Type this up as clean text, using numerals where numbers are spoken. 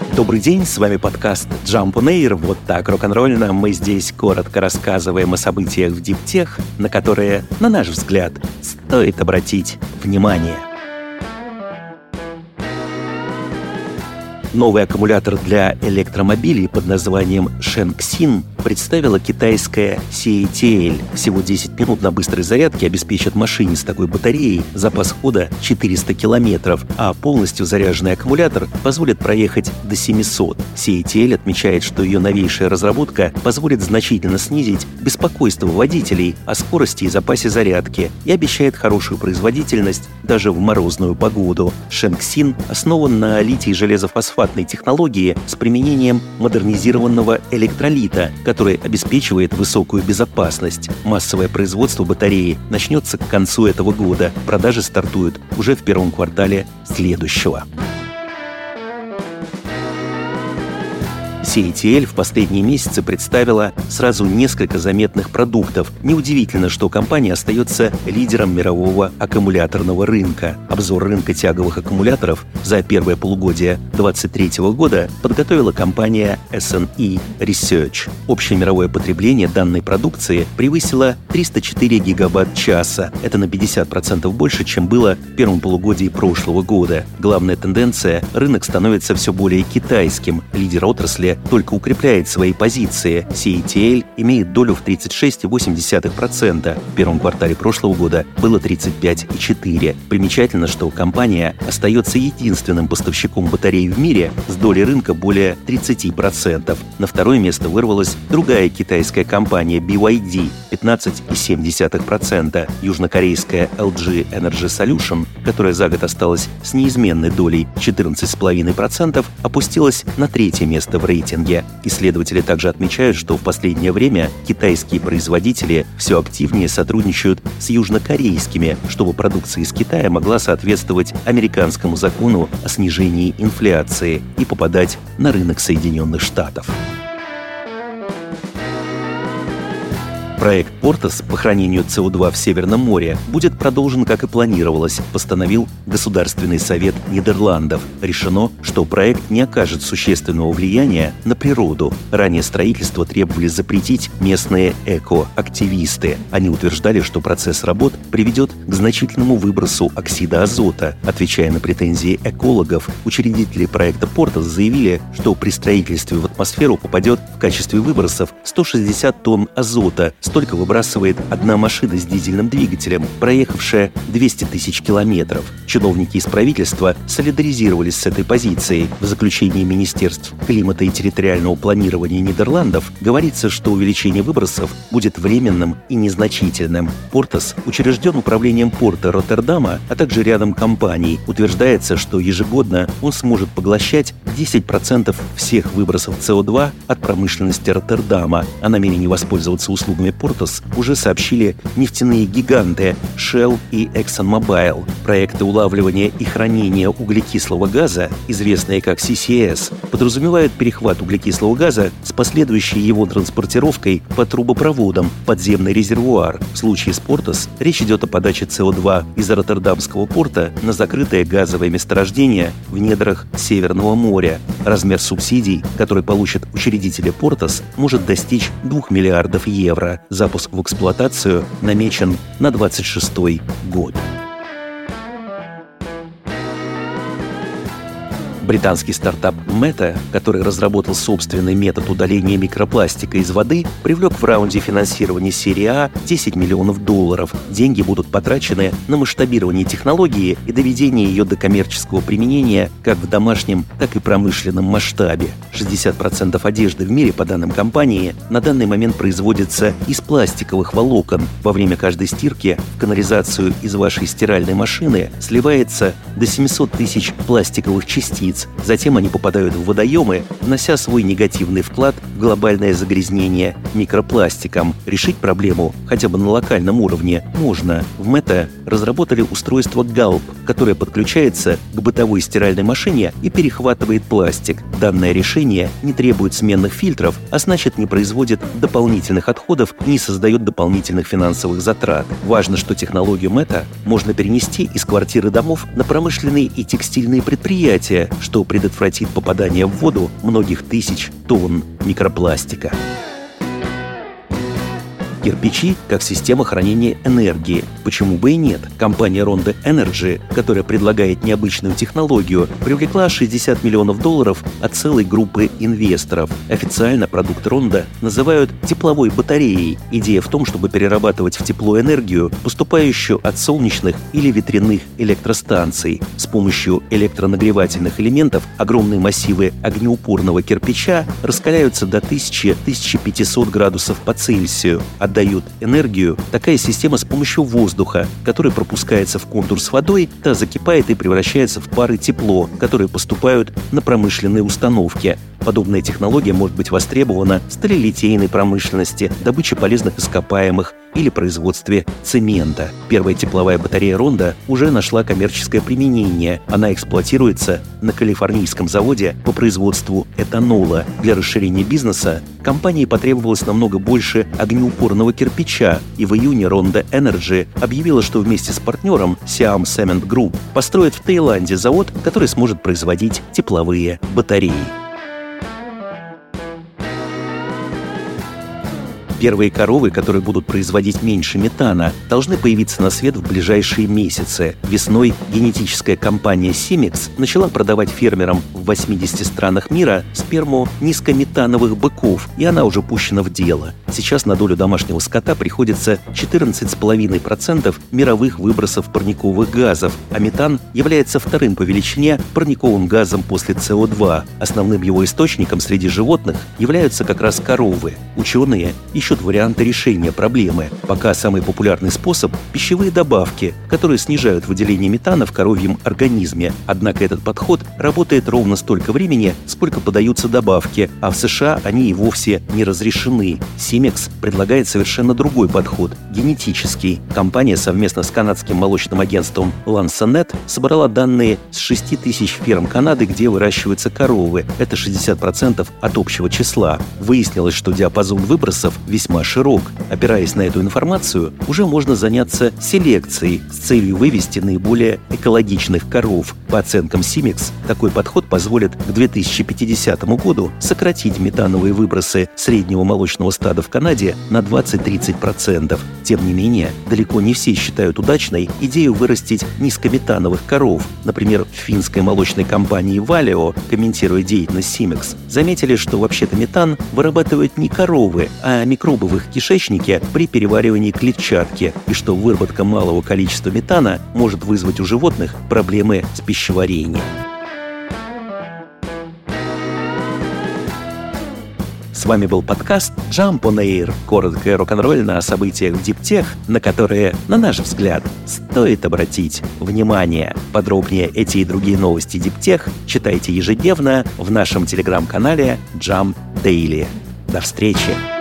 Добрый день, с вами подкаст Jump on Air. Вот так рок-н-ролльно мы здесь коротко рассказываем о событиях в диптех, на которые, на наш взгляд, стоит обратить внимание. Новый аккумулятор для электромобилей под названием Shengxin представила китайская CATL. Всего 10 минут на быстрой зарядке обеспечат машине с такой батареей запас хода 400 километров, а полностью заряженный аккумулятор позволит проехать до 700. CATL отмечает, что ее новейшая разработка позволит значительно снизить беспокойство водителей о скорости и запасе зарядки и обещает хорошую производительность даже в морозную погоду. Shengxin основан на литий-железофосфатной технологии с применением модернизированного электролита, который обеспечивает высокую безопасность. Массовое производство батареи начнется к концу этого года. Продажи стартуют уже в первом квартале следующего. CATL в последние месяцы представила сразу несколько заметных продуктов. Неудивительно, что компания остается лидером мирового аккумуляторного рынка. Обзор рынка тяговых аккумуляторов за первое полугодие 2023 года подготовила компания S&E Research. Общее мировое потребление данной продукции превысило 304 гигаватт-часа. Это на 50% больше, чем было в первом полугодии прошлого года. Главная тенденция – рынок становится все более китайским. Лидер отрасли только укрепляет свои позиции. CATL имеет долю в 36,8%. В первом квартале прошлого года было 35,4%. Примечательно, что компания остается единственным поставщиком батарей в мире с долей рынка более 30%. На второе место вырвалась другая китайская компания BYD – 15,7%. Южнокорейская LG Energy Solution, которая за год осталась с неизменной долей 14,5%, опустилась на третье место в рейтинге. Исследователи также отмечают, что в последнее время китайские производители все активнее сотрудничают с южнокорейскими, чтобы продукция из Китая могла соответствовать американскому закону о снижении инфляции и попадать на рынок Соединенных Штатов. Проект Porthos по хранению СО2 в Северном море будет продолжен, как и планировалось, постановил Государственный совет Нидерландов. Решено, что проект не окажет существенного влияния на природу. Ранее строительство требовали запретить местные экоактивисты. Они утверждали, что процесс работ приведет к значительному выбросу оксида азота. Отвечая на претензии экологов, учредители проекта Porthos заявили, что при строительстве в атмосферу попадет в качестве выбросов 160 тонн азота. Столько выбрасывает одна машина с дизельным двигателем, проехавшая 200 тысяч километров. Чиновники из правительства солидаризировались с этой позицией. В заключении Министерств климата и территориального планирования Нидерландов говорится, что увеличение выбросов будет временным и незначительным. Porthos учрежден управлением порта Роттердама, а также рядом компаний. Утверждается, что ежегодно он сможет поглощать 10% всех выбросов СО2 от промышленности Роттердама. О намерении воспользоваться услугами Porthos уже сообщили нефтяные гиганты Shell и ExxonMobil. Проекты улавливания и хранения углекислого газа, известные как CCS, подразумевают перехват углекислого газа с последующей его транспортировкой по трубопроводам в подземный резервуар. В случае с Porthos речь идет о подаче СО2 из Роттердамского порта на закрытое газовое месторождение в недрах Северного моря. Размер субсидий, который получат учредители Porthos, может достичь 2 миллиардов евро. Запуск в эксплуатацию намечен на 2026 год. Британский стартап Meta, который разработал собственный метод удаления микропластика из воды, привлек в раунде финансирования серии А $10 миллионов. Деньги будут потрачены на масштабирование технологии и доведение ее до коммерческого применения как в домашнем, так и промышленном масштабе. 60% одежды в мире, по данным компании, на данный момент производится из пластиковых волокон. Во время каждой стирки в канализацию из вашей стиральной машины сливается до 700 тысяч пластиковых частиц. Затем они попадают в водоемы, внося свой негативный вклад в глобальное загрязнение микропластиком. Решить проблему хотя бы на локальном уровне можно. В Meta разработали устройство Gulp, которое подключается к бытовой стиральной машине и перехватывает пластик. Данное решение не требует сменных фильтров, а значит не производит дополнительных отходов и не создает дополнительных финансовых затрат. Важно, что технологию МЭТА можно перенести из квартир и домов на промышленные и текстильные предприятия, что предотвратит попадание в воду многих тысяч тонн микропластика. Кирпичи как система хранения энергии. Почему бы и нет? Компания Ronda Energy, которая предлагает необычную технологию, привлекла $60 миллионов от целой группы инвесторов. Официально продукт Ronda называют тепловой батареей. Идея в том, чтобы перерабатывать в тепло энергию, поступающую от солнечных или ветряных электростанций. С помощью электронагревательных элементов огромные массивы огнеупорного кирпича раскаляются до 1000-1500 градусов по Цельсию. Отдают энергию такая система с помощью воздуха, который пропускается в контур с водой, та закипает и превращается в пар и тепло, которые поступают на промышленные установки. Подобная технология может быть востребована в сталелитейной промышленности, добыче полезных ископаемых или производстве цемента. Первая тепловая батарея Ronda уже нашла коммерческое применение. Она эксплуатируется на калифорнийском заводе по производству этанола. Для расширения бизнеса компании потребовалось намного больше огнеупорного кирпича, и в июне Ronda Energy объявила, что вместе с партнером Siam Cement Group построит в Таиланде завод, который сможет производить тепловые батареи. Первые коровы, которые будут производить меньше метана, должны появиться на свет в ближайшие месяцы. Весной генетическая компания Cimex начала продавать фермерам в 80 странах мира сперму низкометановых быков, и она уже пущена в дело. Сейчас на долю домашнего скота приходится 14,5% мировых выбросов парниковых газов, а метан является вторым по величине парниковым газом после СО2. Основным его источником среди животных являются как раз коровы. Ученые ищут варианты решения проблемы. Пока самый популярный способ – пищевые добавки, которые снижают выделение метана в коровьем организме. Однако этот подход работает ровно столько времени, сколько подаются добавки, а в США они и вовсе не разрешены. Cimex предлагает совершенно другой подход – генетический. Компания совместно с канадским молочным агентством Lansonet собрала данные с 6000 ферм Канады, где выращиваются коровы. Это 60% от общего числа. Выяснилось, что диапазон выбросов весьма широк. Опираясь на эту информацию, уже можно заняться селекцией с целью вывести наиболее экологичных коров. По оценкам Cimex, такой подход позволит к 2050 году сократить метановые выбросы среднего молочного стада в Канаде на 20-30%. Тем не менее, далеко не все считают удачной идею вырастить низкометановых коров. Например, в финской молочной компании Valio, комментируя деятельность Cimex, заметили, что вообще-то метан вырабатывают не коровы, а микробы в их кишечнике при переваривании клетчатки, и что выработка малого количества метана может вызвать у животных проблемы с пищеварением. С вами был подкаст Jump on Air. Короткое рок-н-ролльное о событиях в диптех, на которые, на наш взгляд, стоит обратить внимание. Подробнее эти и другие новости диптех читайте ежедневно в нашем телеграм-канале Jump Daily. До встречи!